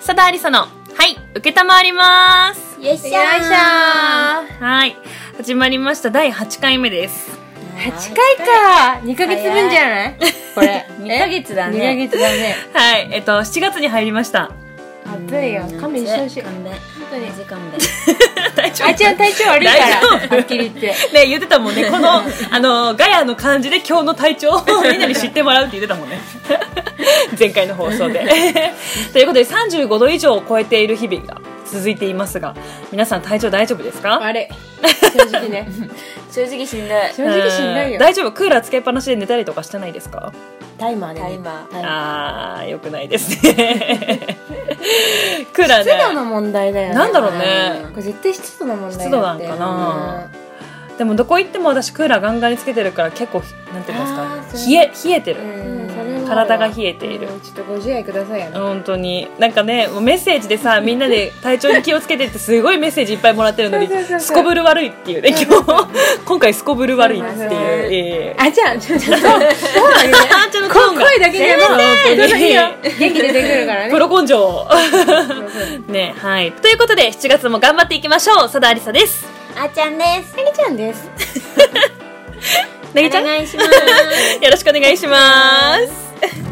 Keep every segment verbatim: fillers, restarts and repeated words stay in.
佐田ありさのはい受けたまわります。 よいしょー。 はい、始まりました。だいはちかいめです。 はちかいか。にかげつぶんじゃないこれ。にかげつだね。にかげつだね。 はい、えっとしちがつに入りました。 暑いよ。勘弁してほしい。 勘弁。本当に勘弁。 大丈夫。 あいちゃん体調悪いからはっきり言ってね、言ってたもんね。このあのガヤの感じで今日の体調をみんなに知ってもらうって言ってたもんね。前回の放送でということでさんじゅうごど以上を超えている日々が続いていますが、皆さん体調大丈夫ですか？ あれ正直ね正直しんどい。 正直しんどいよ。 大丈夫？クーラーつけっぱなしで寝たりとかしてないですか？ タイマーで、ね、 タイマー。 あー、よくないですねクーラーね、 湿度の問題だよね。 なんだろうね、 これ絶対湿度の問題だって。 湿度なんかな、うん、でもどこ行っても私クーラーガンガンにつけてるから結構なんていうんですか、冷え冷えてる、うん、体が冷えている、 うん、ちょっとご自愛くださいよね。 本当になんかね、もうメッセージでさみんなで体調に気をつけてってすごいメッセージいっぱいもらってるのにすこぶる悪いっていうね、今日今回すこぶる悪いっていう、えー、 あ、じゃあちょっとそうそうだけねあちょっと声だけでも本当にいいよ、元気出てくるからね、 プロ根性ね、はい、ということでしちがつも頑張っていきましょう。佐田ありさです。 あーちゃんです。 なぎちゃんです。 なぎちゃんお願いしますよろしくお願いします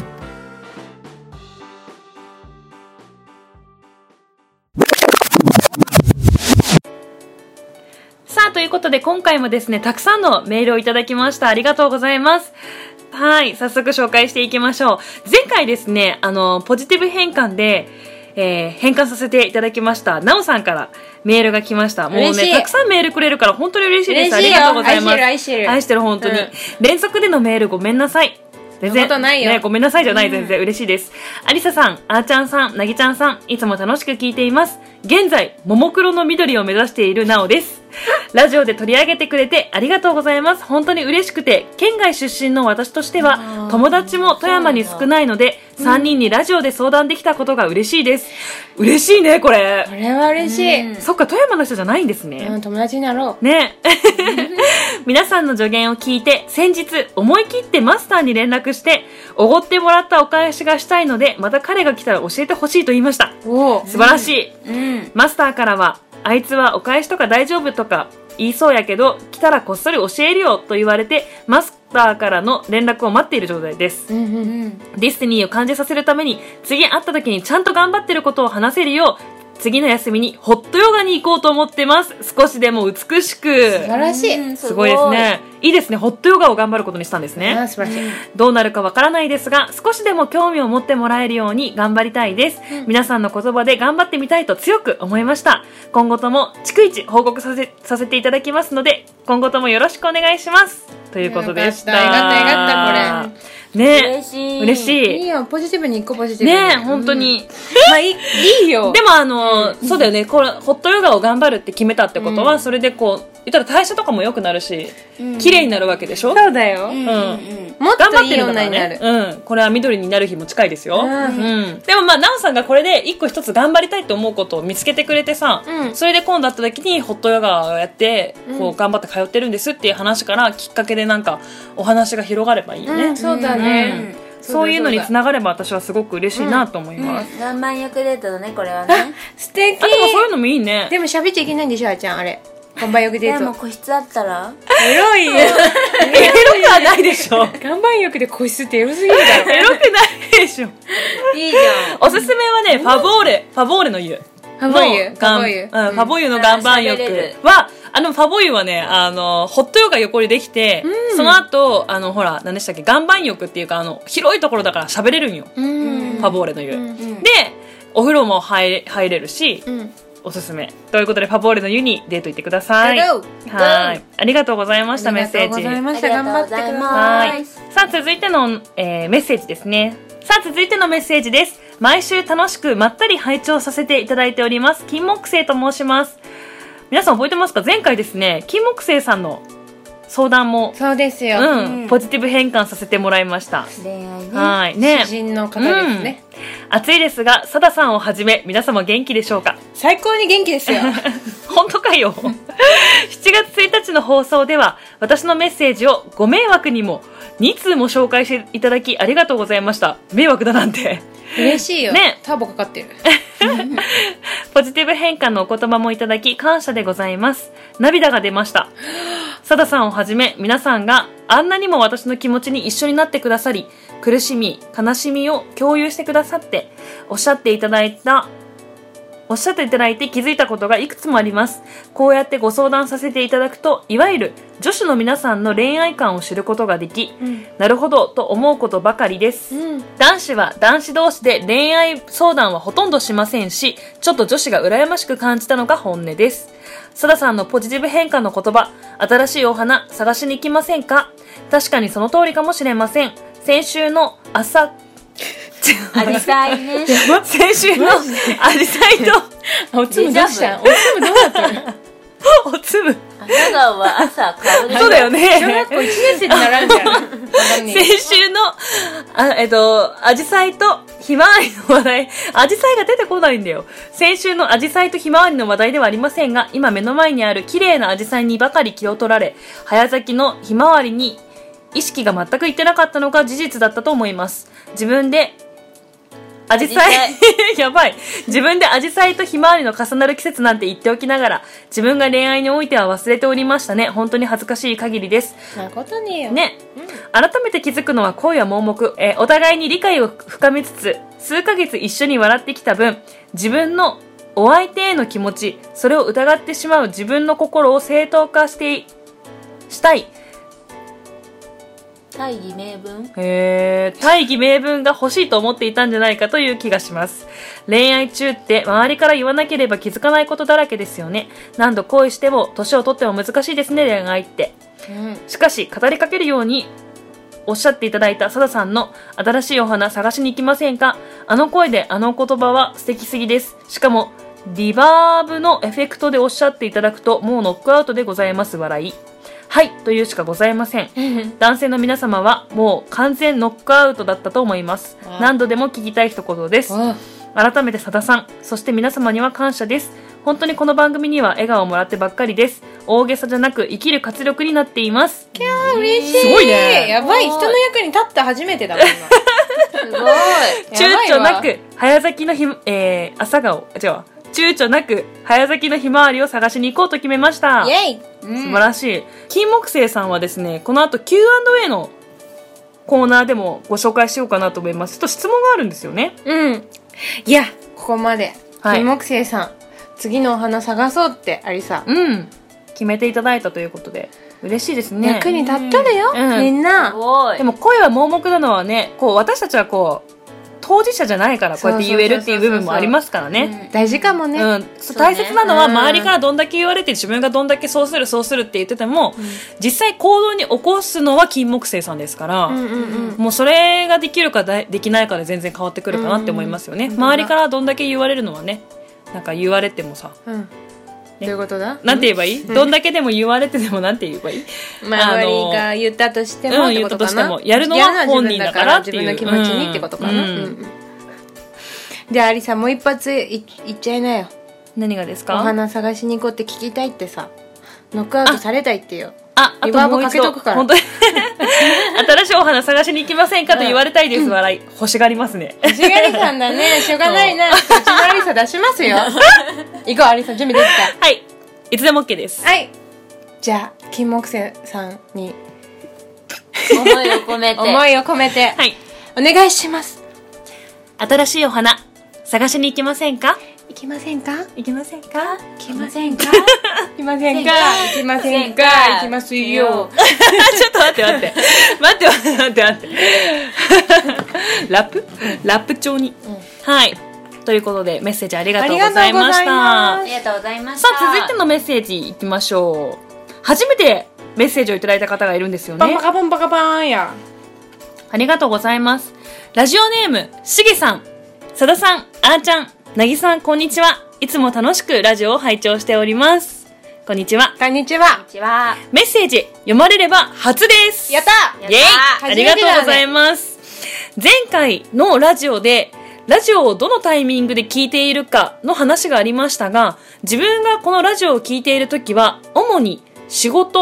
さあ、ということで今回もですね、たくさんのメールをいただきました。ありがとうございます。はい、早速紹介していきましょう。前回ですね、あのポジティブ変換で、えー、変換させていただきましたなおさんからメールが来ました。もうね、たくさんメールくれるから本当に嬉しいです。ありがとうございます。 愛してる愛してる愛してる本当に、うん、連続でのメールごめんなさい。全然ことないよ、 ね、ごめんなさいじゃない、全然嬉しいです。ありささん、あーちゃんさん、なぎちゃんさん、いつも楽しく聞いています。現在ももクロの緑を目指しているなおです。ラジオで取り上げてくれてありがとうございます。本当に嬉しくて、県外出身の私としては友達も富山に少ないのでさんにんにラジオで相談できたことが嬉しいです。嬉しいね、これ。 これは嬉しい、うん、 そっか、富山の人じゃないんですね、 うん、友達になろうね皆さんの助言を聞いて先日思い切ってマスターに連絡しておごってもらったお返しがしたいので、また彼が来たら教えてほしいと言いました。お素晴らしい、うんうん、マスターからはあいつはお返しとか大丈夫とか言いそうやけど来たらこっそり教えるよと言われてマスターからの連絡を待っている状態です、うんうんうん、ディスティニーを感じさせるために次会った時にちゃんと頑張ってることを話せるよう次の休みにホットヨガに行こうと思ってます。少しでも美しく。 素晴らしい、 うん、すごいですね。いいですね。ホットヨガを頑張ることにしたんですね。 あ、素晴らしい。 どうなるかわからないですが少しでも興味を持ってもらえるように頑張りたいです、うん、皆さんの言葉で頑張ってみたいと強く思いました。今後とも逐一報告させ、させていただきますので今後ともよろしくお願いしますということでした。 よかったよかったこれね、 嬉しい嬉しい。 いいよ、ポジティブに一個ポジティブにね、本当に、うん、 まあいい、いいよ。 でもあの、うん、そうだよね、これホットヨガを頑張るって決めたってことは、うん、それでこう言ったら代謝とかも良くなるし、うん、綺麗になるわけでしょ。 そうだよ、 うん、 うん、もっといい女になる、 うん、これは緑になる日も近いですよ、うんうん、でもまあなおさんがこれで一個一つ頑張りたいと思うことを見つけてくれてさ、うん、それで今度会った時にホットヨガをやってこう頑張って通ってるんですっていう話からきっかけでなんかお話が広がればいいよね、 うん、そうだね、 うん、そういうのにつながれば私はすごく嬉しいなと思います、 うんうん、岩盤浴デートだね、これはね。 素敵。 あ、でもそういうのもいいね。 でも喋っちゃいけないんでしょ、あーちゃん、あれ岩盤浴デート。 でも個室あったらエロいエロくはないでしょ。 岩盤浴で個室ってエロすぎるだろ。 エロくないでしょ。 いいじゃん。 おすすめはね、ファボーレファボーレの湯ファボ湯ファボ湯、うん、ファボ湯の岩盤浴はあのファボ湯はね、あのホットヨガ横にできて、うん、その後あのほら何でしたっけ、岩盤浴っていうかあの広いところだから喋れるんよ、うん、ファボーレの湯、うん、でお風呂も入れ、入れるし、うん、おすすめということでファボーレの湯にデート行ってください。はい、ありがとうございました。メッセージありがとうございました。頑張ってください。 はい、さあ続いての、えー、メッセージですね。さあ続いてのメッセージです。毎週楽しくまったり拝聴させていただいております金木星と申します。皆さん覚えてますか？前回ですね、金木星さんの相談もそうですよ、 うんうん、ポジティブ変換させてもらいました。 恋愛ね、 はいね、 主人の方ですね、 うん、暑いですが佐田さんをはじめ皆様元気でしょうか？ 最高に元気ですよ本当かよしちがつついたちの放送では私のメッセージをご迷惑にもに通も紹介していただきありがとうございました。迷惑だなんて嬉しいよ。 ね。 ターボかかってる。 ポジティブ変換のお言葉もいただき感謝でございます。涙が出ました。さださんをはじめ皆さんがあんなにも私の気持ちに一緒になってくださり、苦しみ、悲しみを共有してくださって、おっしゃっていただいたおっしゃっていただいて気づいたことがいくつもあります。こうやってご相談させていただくと、いわゆる女子の皆さんの恋愛観を知ることができ、うん、なるほどと思うことばかりです、うん、男子は男子同士で恋愛相談はほとんどしませんし、ちょっと女子が羨ましく感じたのが本音です。さださんのポジティブ変化の言葉、新しいお花探しに行きませんか？確かにその通りかもしれません。先週の朝アジサイね。 先週のアジサイとおつむどうしたん？おつむどうだったの？ おつむ朝顔は朝顔でそうだよね。 小学校いちねん生にならんじゃん。 先週のあえっとアジサイとひまわりの話題、アジサイが出てこないんだよ。先週のアジサイとひまわりの話題ではありませんが、今目の前にある綺麗なアジサイにばかり気を取られ、早咲きのひまわりに意識が全くいってなかったのが事実だったと思います。自分でアジサイやばい自分でアジサイとひまわりの重なる季節なんて言っておきながら、自分が恋愛においては忘れておりましたね。本当に恥ずかしい限りです。 そんなことねえよね、うん、改めて気づくのは恋は盲目、えー、お互いに理解を深めつつ数ヶ月一緒に笑ってきた分、自分のお相手への気持ち、それを疑ってしまう自分の心を正当化してしたい大義名分へー大義名分が欲しいと思っていたんじゃないかという気がします。恋愛中って周りから言わなければ気づかないことだらけですよね。何度恋しても年を取っても難しいですね、恋愛って、うん、しかし語りかけるようにおっしゃっていただいたさださんの新しいお花探しに行きませんか？あの声であの言葉は素敵すぎです。しかもリバーブのエフェクトでおっしゃっていただくともうノックアウトでございます。笑いはいというしかございません。男性の皆様はもう完全ノックアウトだったと思います。何度でも聞きたい一言です。改めてさださん、そして皆様には感謝です。本当にこの番組には笑顔をもらってばっかりです。大げさじゃなく生きる活力になっています。 キャー嬉しい。 すごいね。 やばい、人の役に立った初めてだもんな。 すごい。 躊躇なく早咲きのひ、えー、朝顔違う躊躇なく早咲きのひまわりを探しに行こうと決めました。 イエイ、 素晴らしい。金木星さんはですね、この後 キューアンドエー のコーナーでもご紹介しようかなと思います。ちょっと質問があるんですよね。 うん。いや、ここまで、はい、金木星さん次のお花探そうってありさ、 うん決めていただいたということで嬉しいですね。 役に立っとるよ、うん、みんな。 すごい。 でも恋は盲目なのはね、こう私たちはこう当事者じゃないからこうやって言えるっていう部分もありますからね。 大事かもね、 うん、大切なのは周りからどんだけ言われて自分がどんだけそうするそうするって言ってても、うん、実際行動に起こすのは金木星さんですから、うんうんうん、もうそれができるかできないかで全然変わってくるかなって思いますよね、うんうん、周りからどんだけ言われるのはね、なんか言われてもさ、うんね、どういうことだ？ なんて言えばいい、うん、どんだけでも言われてでもなんて言えばいい、 周りが言ったとしてもってことかな、うん、言ったとしてもやるのは本人だからっていう、 自分の気持ちにってことかな、うんうんうん、じゃあアリさんもう一発いっちゃいなよ。 何がですか？ お花探しに行こうって聞きたいってさ、ノックアウトされたいってよ。 あ、あともう一度本当に新しいお花探しに行きませんかと言われたいです、うん、笑い欲しがりますね。 欲しがりさんだね。しょうがないな。うちのアリサ出しますよ。行こうアリサ、準備できた。 はい、いつでも OK です。 はい、じゃあ金木星さんに思いを込めて思いを込めて、はい、お願いします。 新しいお花探しに行きませんか？ 行きませんか？ 行きませんか？ 行きませんか？ 行きませんか？行きませんか？行きますよ。 ちょっと待って待って待って待って待って待ってラップラップ調に、うん、はいということでメッセージありがとうございました。 ありがとうございました。 さあ続いてのメッセージいきましょう。初めてメッセージをいただいた方がいるんですよね。 バンバカバンバカバンや。 ありがとうございます。ラジオネームしげさん、さださん、あーちゃん、なぎさん、こんにちは。いつも楽しくラジオを拝聴しております。こんにちは。 こんにちは。 こんにちは。 メッセージ読まれれば初です。 やったイェイ、ありがとうございます。前回のラジオでラジオをどのタイミングで聞いているかの話がありましたが、自分がこのラジオを聞いているときは主に仕事、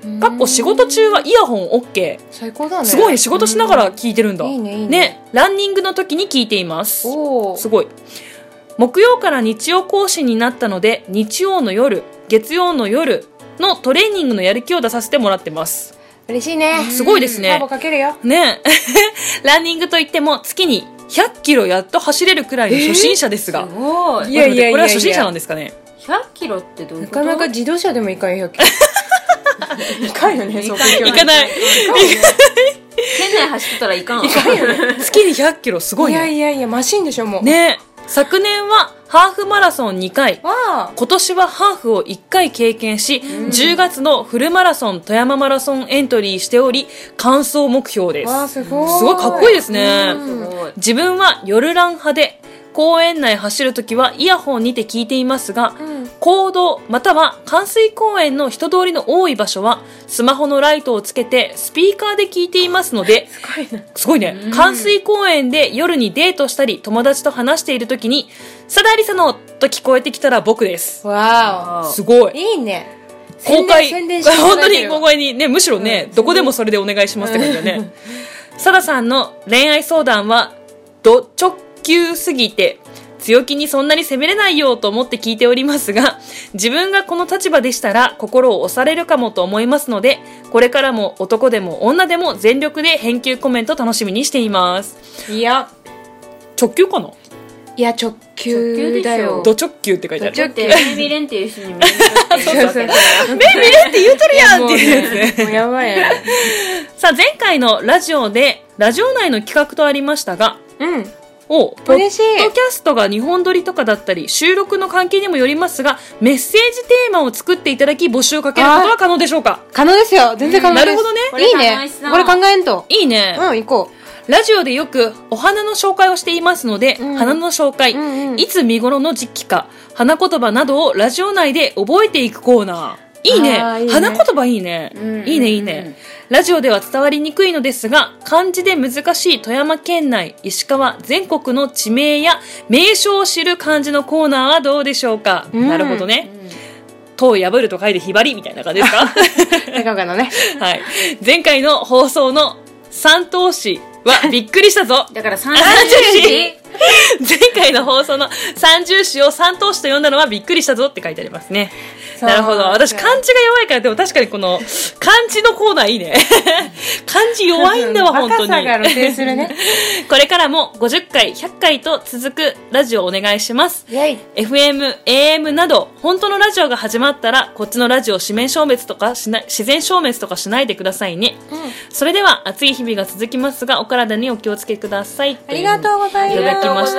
かっこ仕事中はイヤホン OK。 最高だね。 すごいね、仕事しながら聞いてるんだ。 いいねいいね。 ね、ランニングの時に聞いています。 おー、 すごい。木曜から日曜更新になったので、日曜の夜、月曜の夜のトレーニングのやる気を出させてもらってます。 嬉しいね。 すごいですね。 ターボかけるよ。 ねランニングといっても月にひゃっキロやっと走れるくらいの初心者ですが、 すごい。 いやいやいやいやこれは初心者なんですかね。 ひゃっキロってどういうこと？ なかなか自動車でもいかんよ。いかんよね。そういかない。 県内走ってたらいかんわ。 月にひゃっキロすごいね。 いやいやいや、マシンでしょもう。 ね、昨年はハーフマラソンにかい、 わ今年はハーフをいっかい経験し、うん、じゅうがつのフルマラソン富山マラソンエントリーしており、完走目標です。 わー、すごい。 すごいかっこいいですね。 すごい。 自分は夜ラン派で、公園内走るときはイヤホンにて聞いていますが、うん、公道または冠水公園の人通りの多い場所はスマホのライトをつけてスピーカーで聞いていますので、 すごいね。 すごいね。冠水公園で夜にデートしたり友達と話しているときに、サダリサのと聞こえてきたら僕です。 わー、 すごい。 いいね。 公開、 宣伝して本当に公開にね、むしろね、うん、どこでもそれでお願いしますって感じだね。サダさんの恋愛相談はド直球すぎて強気にそんなに責めれないよと思って聞いておりますが、自分がこの立場でしたら心を押されるかもと思いますので、これからも男でも女でも全力で返球コメント楽しみにしています。 いや、 直球かな。 いや、直球だよ。 ド直球って書いてある。 だってメイビレンっていう人にメイビレンってそうそうそう。メイビレンって言うとるやんっていうやつね。 もうやばいや。 さあ、前回のラジオでラジオ内の企画とありましたが、 うん。 をポッドキ嬉しい。 ャストがにほん撮りとかだったり収録の関係にもよりますが、メッセージテーマを作っていただき募集をかけることは可能でしょうか。 可能ですよ。全然可能です。 なるほどね。 いいね。これ考えんと。 いいね。 うん、行こう。 ラジオでよくお花の紹介をしていますので、うん、花の紹介、うんうん、いつ見頃の時期か、花言葉などをラジオ内で覚えていくコーナー。いいね。いいね、花言葉いいね、うん、いいねいいね。ラジオでは伝わりにくいのですが、漢字で難しい富山県内、石川、全国の地名や名所を知る漢字のコーナーはどうでしょうか。うん、なるほどね。塔を破ると書いてひばりみたいな感じですか。 高岡のね。 はい。前回の放送の三頭詩はびっくりしたぞ。 だから三頭詩前回の放送の三重詩を三頭詩と読んだのはびっくりしたぞって書いてありますね。なるほど。私漢字が弱いから、でも確かにこの漢字のコーナーいいね。漢字弱いんだわ、本当に。バカさが露呈するね。これからもごじゅっかい、ひゃっかいと続くラジオをお願いします。エフエム、エーエム など本当のラジオが始まったら、こっちのラジオ指名消滅とかしない、自然消滅とかしないでくださいね。うん、それでは暑い日々が続きますが、お体にお気をつけください。 ありがとうございます。 いただきました。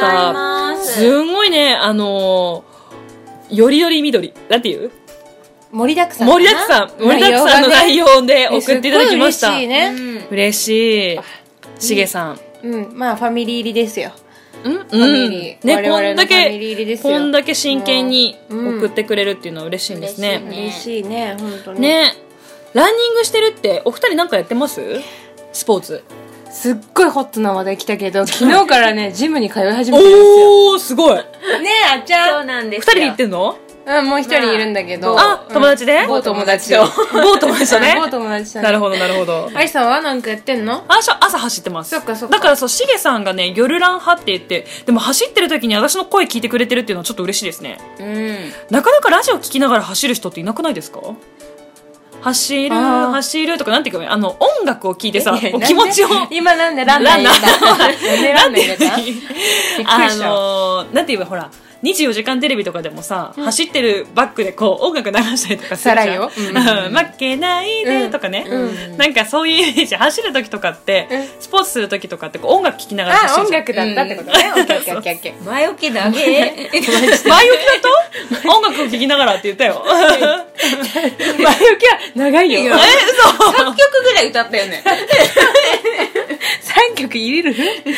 すんごいね、あのー、よりより緑。なんていう盛りだくさん。 盛りだくさん。盛りだくさんの内容で送っていただきました。 嬉しいね。 嬉しい。しげさん。 うん。まあ、ファミリー入りですよ。 うんファミリー。ね、こんだけ、こんだけ真剣に送ってくれるっていうのは嬉しいんですね。 嬉しいね、本当に。 ね。ランニングしてるって、お二人なんかやってます？スポーツ。 すっごいホットな話題来たけど、昨日からね、ジムに通い始めてるんですよ。 おー、すごい。ねえ、あっちゃん。 そうなんですよ。 二人で行ってんの？ うん、もう一人いるんだけど。 あ、友達で？ 某友達と。 某友達とね。 某友達とね。 なるほど、なるほど。 あいさんはなんかやってんの？ あ、朝走ってます。 そっかそっか。 だからそう、しげさんがね、夜ラン派って言って、でも走ってる時に私の声聞いてくれてるっていうのはちょっと嬉しいですね。うん。なかなかラジオ聞きながら走る人っていなくないですか？走る、走るとか、なんていうか、あの、音楽を聴いてさ、気持ちを。 今なんでランナー入れた？なんでランナー入れた？びっくりした。 あのー、なんていうか、ほら、にじゅうよじかんテレビとかでもさ、うん、走ってるバックでこう音楽流したりとかするじゃん。さらよ、うん、負けないでとかね、うん、なんかそういうイメージ。走る時とかって、うん、スポーツする時とかってこう音楽聴きながら走るじゃん。 あ、音楽だったってことね、うん、オッケーオッケーオッケーオッケー。 前置きだけ前置きだと音楽を聴きながらって言ったよ。前置きは長いよ。え、 嘘。さんきょくぐらい歌ったよね。 さんきょく入れる？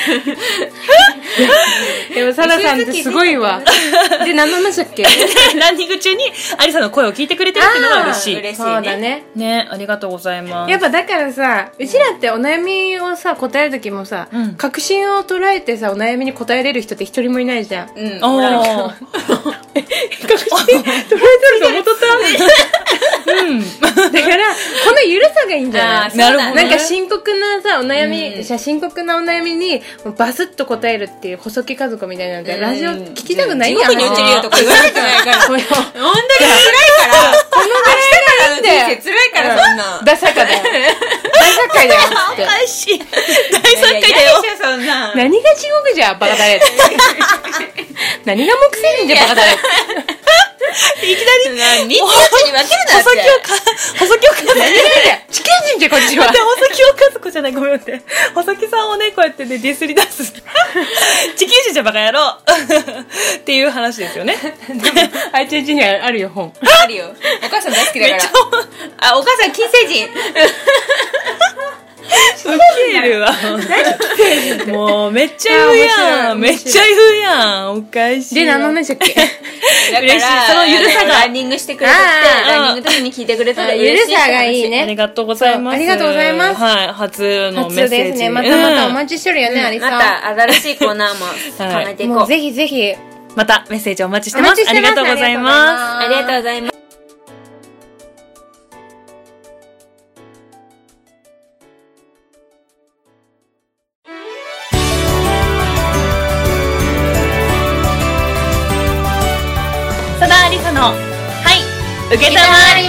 でもサラさんってすごいわ。で、何の話だっけ？ ランニング中にアリさんの声を聞いてくれてるっていうのが嬉しい。 嬉しいね。 そうだね。 ね、ありがとうございます。 やっぱだからさ、うちらってお悩みをさ、答える時もさ、うん、確信を捉えてさ、お悩みに答えれる人って一人もいないじゃん。うん。 あ隠して捉えとると思っとったうん。だから、このゆるさがいいんじゃない？ なるほどなんか深刻なさ、お悩み、じゃ深刻なお悩みに、バスッと答えるっていう細木家族みたいなので、ラジオ聞きたくないんやん。 地獄に落ちるよとか言われてないから。 本当に辛いから。このぐらいが人生辛いから、そんな。 大作家だよ。大作家だよ。 おかしい。大作家だよ。 そんな。 何が地獄じゃ、バカだれ。何が木星人じゃ、バカだれ。 いきなり、 にちごつに分けるなって。 細木をか、細木をか、 何が地球人じゃ、こっちは。 で、細木をかずこじゃない、ごめん待って。細木さんをね、こうやってね、ディスり出す。地球人じゃバカ野郎っていう話ですよね。 あいちゃんちにあるよ、本。 あるよ。お母さん大好きだから。あ、お母さん金星人。 ウケるわ。もうめっちゃ言うやん。めっちゃ言うやん。おかしい。 で、何の話だっけ？ だから嬉しい。そのゆるさが。 ランニングしてくれてて、ランニングの時に聞いてくれたらゆるさがいいね。 ありがとうございます。 ありがとうございます。 はい。初のメッセージ。 初ですね。またまたお待ちしてるよね、アリさん。 また新しいコーナーも考えていこう。 もうぜひぜひ。 またメッセージお待ちしてます。ありがとうございます。 ありがとうございます。 佐田ありさの、はい、受けたまわります。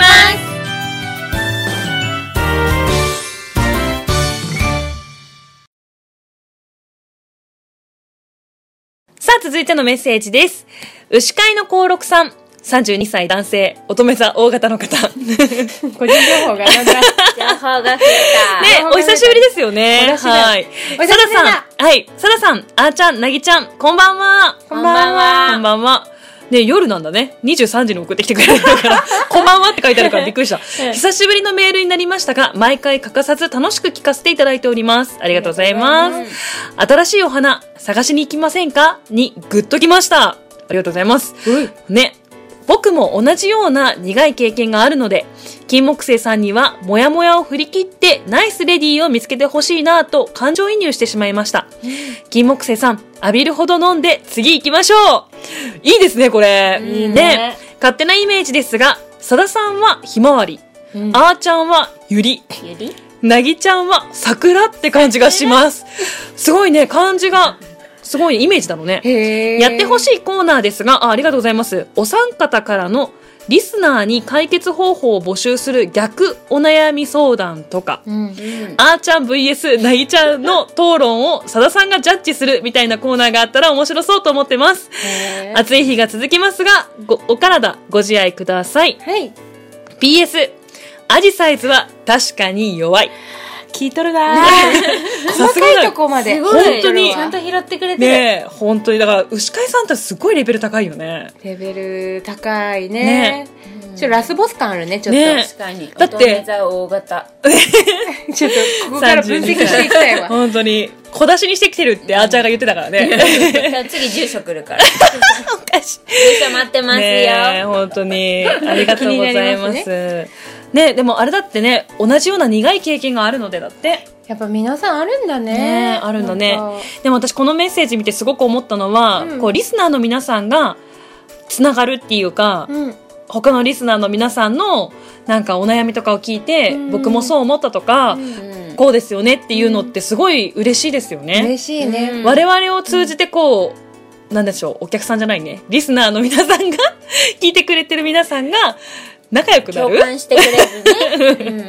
さあ、続いてのメッセージです。牛飼いの幸六さん、さんじゅうにさい男性、乙女座大型の方。 個人情報がなんだ。 情報が増えた。 ね、お久しぶりですよね。はい。佐田さん、はい、佐田さん、あーちゃん、なぎちゃん、こんばんは。 こんばんは。 こんばんは。ね、夜なんだね。にじゅうさんじに送ってきてくれるから、こんばんはって書いてあるからびっくりした。久しぶりのメールになりましたが、毎回欠かさず楽しく聞かせていただいております。ありがとうございます。新しいお花、探しに行きませんかにグッときました。ありがとうございます。ね。僕も同じような苦い経験があるので、金木犀さんにはモヤモヤを振り切ってナイスレディーを見つけてほしいなと感情移入してしまいました。金木犀さん、浴びるほど飲んで次行きましょう。いいですね、これ。 いいね。 ね、勝手なイメージですが、佐田さんはひまわり、うん、あーちゃんはゆり、 ゆり、 なぎちゃんは桜って感じがします。すごいね、感じが。すごいイメージだろうね。やってほしいコーナーですが、あ、ありがとうございます。お三方からのリスナーに解決方法を募集する逆お悩み相談とか、うんうん、あーちゃん ブイエス なぎちゃんの討論を佐田さんがジャッジするみたいなコーナーがあったら面白そうと思ってます。暑い日が続きますが、ごお体ご自愛ください。 はい、 ピーエス アジサイズは確かに弱い。 聞いとるなぁ。細かいとこまで。 本当に。 ちゃんと拾ってくれてる。 ねえ、本当に。だから、牛飼いさんってすごいレベル高いよね。 レベル高いね。ねえ。ちょっとラスボス感あるね、ちょっと。 ね、確かに。だって、乙女座大型。 ちょっと、ここから分析していきたいわ。 本当に。小出しにしてきてるってあーちゃんが言ってたからね。 次住所来るから。 おかしい。 住所待ってますよ。 ねえ、本当に。ありがとうございます。ね、でもあれだってね、同じような苦い経験があるのでだって。 やっぱ皆さんあるんだね。 ね、あるんだね。でも私このメッセージ見てすごく思ったのは、うん、こうリスナーの皆さんがつながるっていうか、うん、他のリスナーの皆さんのなんかお悩みとかを聞いて、うん、僕もそう思ったとか、うん、こうですよねっていうのってすごい嬉しいですよね。 嬉しいね。 我々を通じてこう、なんでしょう、お客さんじゃないね、リスナーの皆さんが聞いてくれてる皆さんが仲良くなる。 共感してくれるね。うんうん、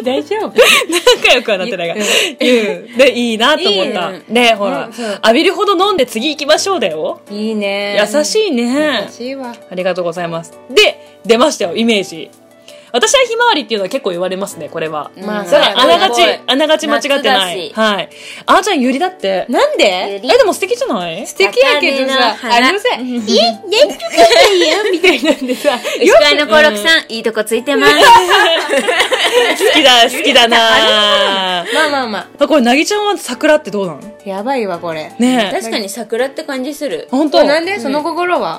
大丈夫。 仲良くはなってないが、うん、でいいなと思った。いいね、でほら、うん、浴びるほど飲んで次行きましょうだよ。 いいね。 優しいね。 優しいわ。 ありがとうございます。で出ましたよ、イメージ。私はひまわりっていうのは結構言われますね、これは。まあ、それあながち、あながち間違ってない。はい。あーちゃんゆりだって。 なんで？ え、でも素敵じゃない？ 素敵やけどさ、あのさ、え、元気がないよみたいなんでさ、 牛飼いの幸六さん、いいとこついてます。好きだ、好きだなまあまあまあ。これ、なぎちゃんは桜ってどうなの？ やばいわ、これ。 ねえ。 確かに桜って感じする。 本当？ なんで？その心は？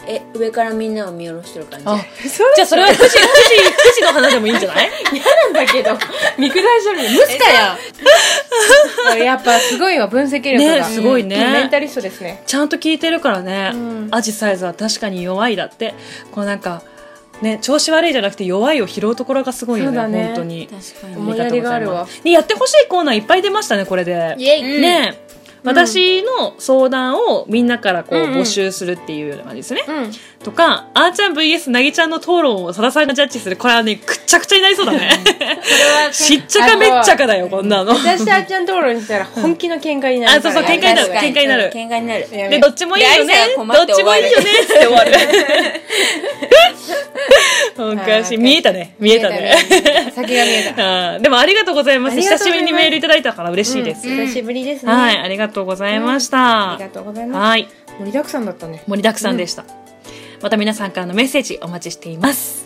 え、上からみんなを見下ろしてる感じ。 あ、じゃあそれは富士、富士、富士の花でもいいんじゃない？ 嫌なんだけど見下しとるのムスかよ。やっぱすごいわ、分析力が、 ね、すごいね、 メンタリストですね。 ちゃんと聞いてるからね、 うん、 アジサイズは確かに弱いだって。こうなんかね、調子悪いじゃなくて弱いを拾うところがすごいよ ね, ね本当に確かに思いやりがあるわ。 でやってほしいコーナーいっぱい出ましたねこれで。 イエイ、 ね、うん、私の相談をみんなからこう、 うんうん、 募集するっていうような感じですね、 うん、 とかあーちゃん ブイエス なぎちゃんの討論をさださんがジャッジする。これはねくっちゃくちゃになりそうだねそれはしっちゃかめっちゃかだよこんなの。 私とあーちゃん討論したら本気の喧嘩になる、 あ、そうそう、喧嘩になる喧嘩になる喧嘩になる。 でどっちもいいよね、どっちもいいよねって終わるおかしい。見えたね見えたね先が見えたあ。でもありがとうございます。久しぶりにメールいただいたから嬉しいです、 うん、久しぶりですね。 はい、ありがとうございました、うん、 ありがとうございます。 はい、 盛りだくさんだったね。 盛りだくさんでした、うん、また皆さんからのメッセージお待ちしています。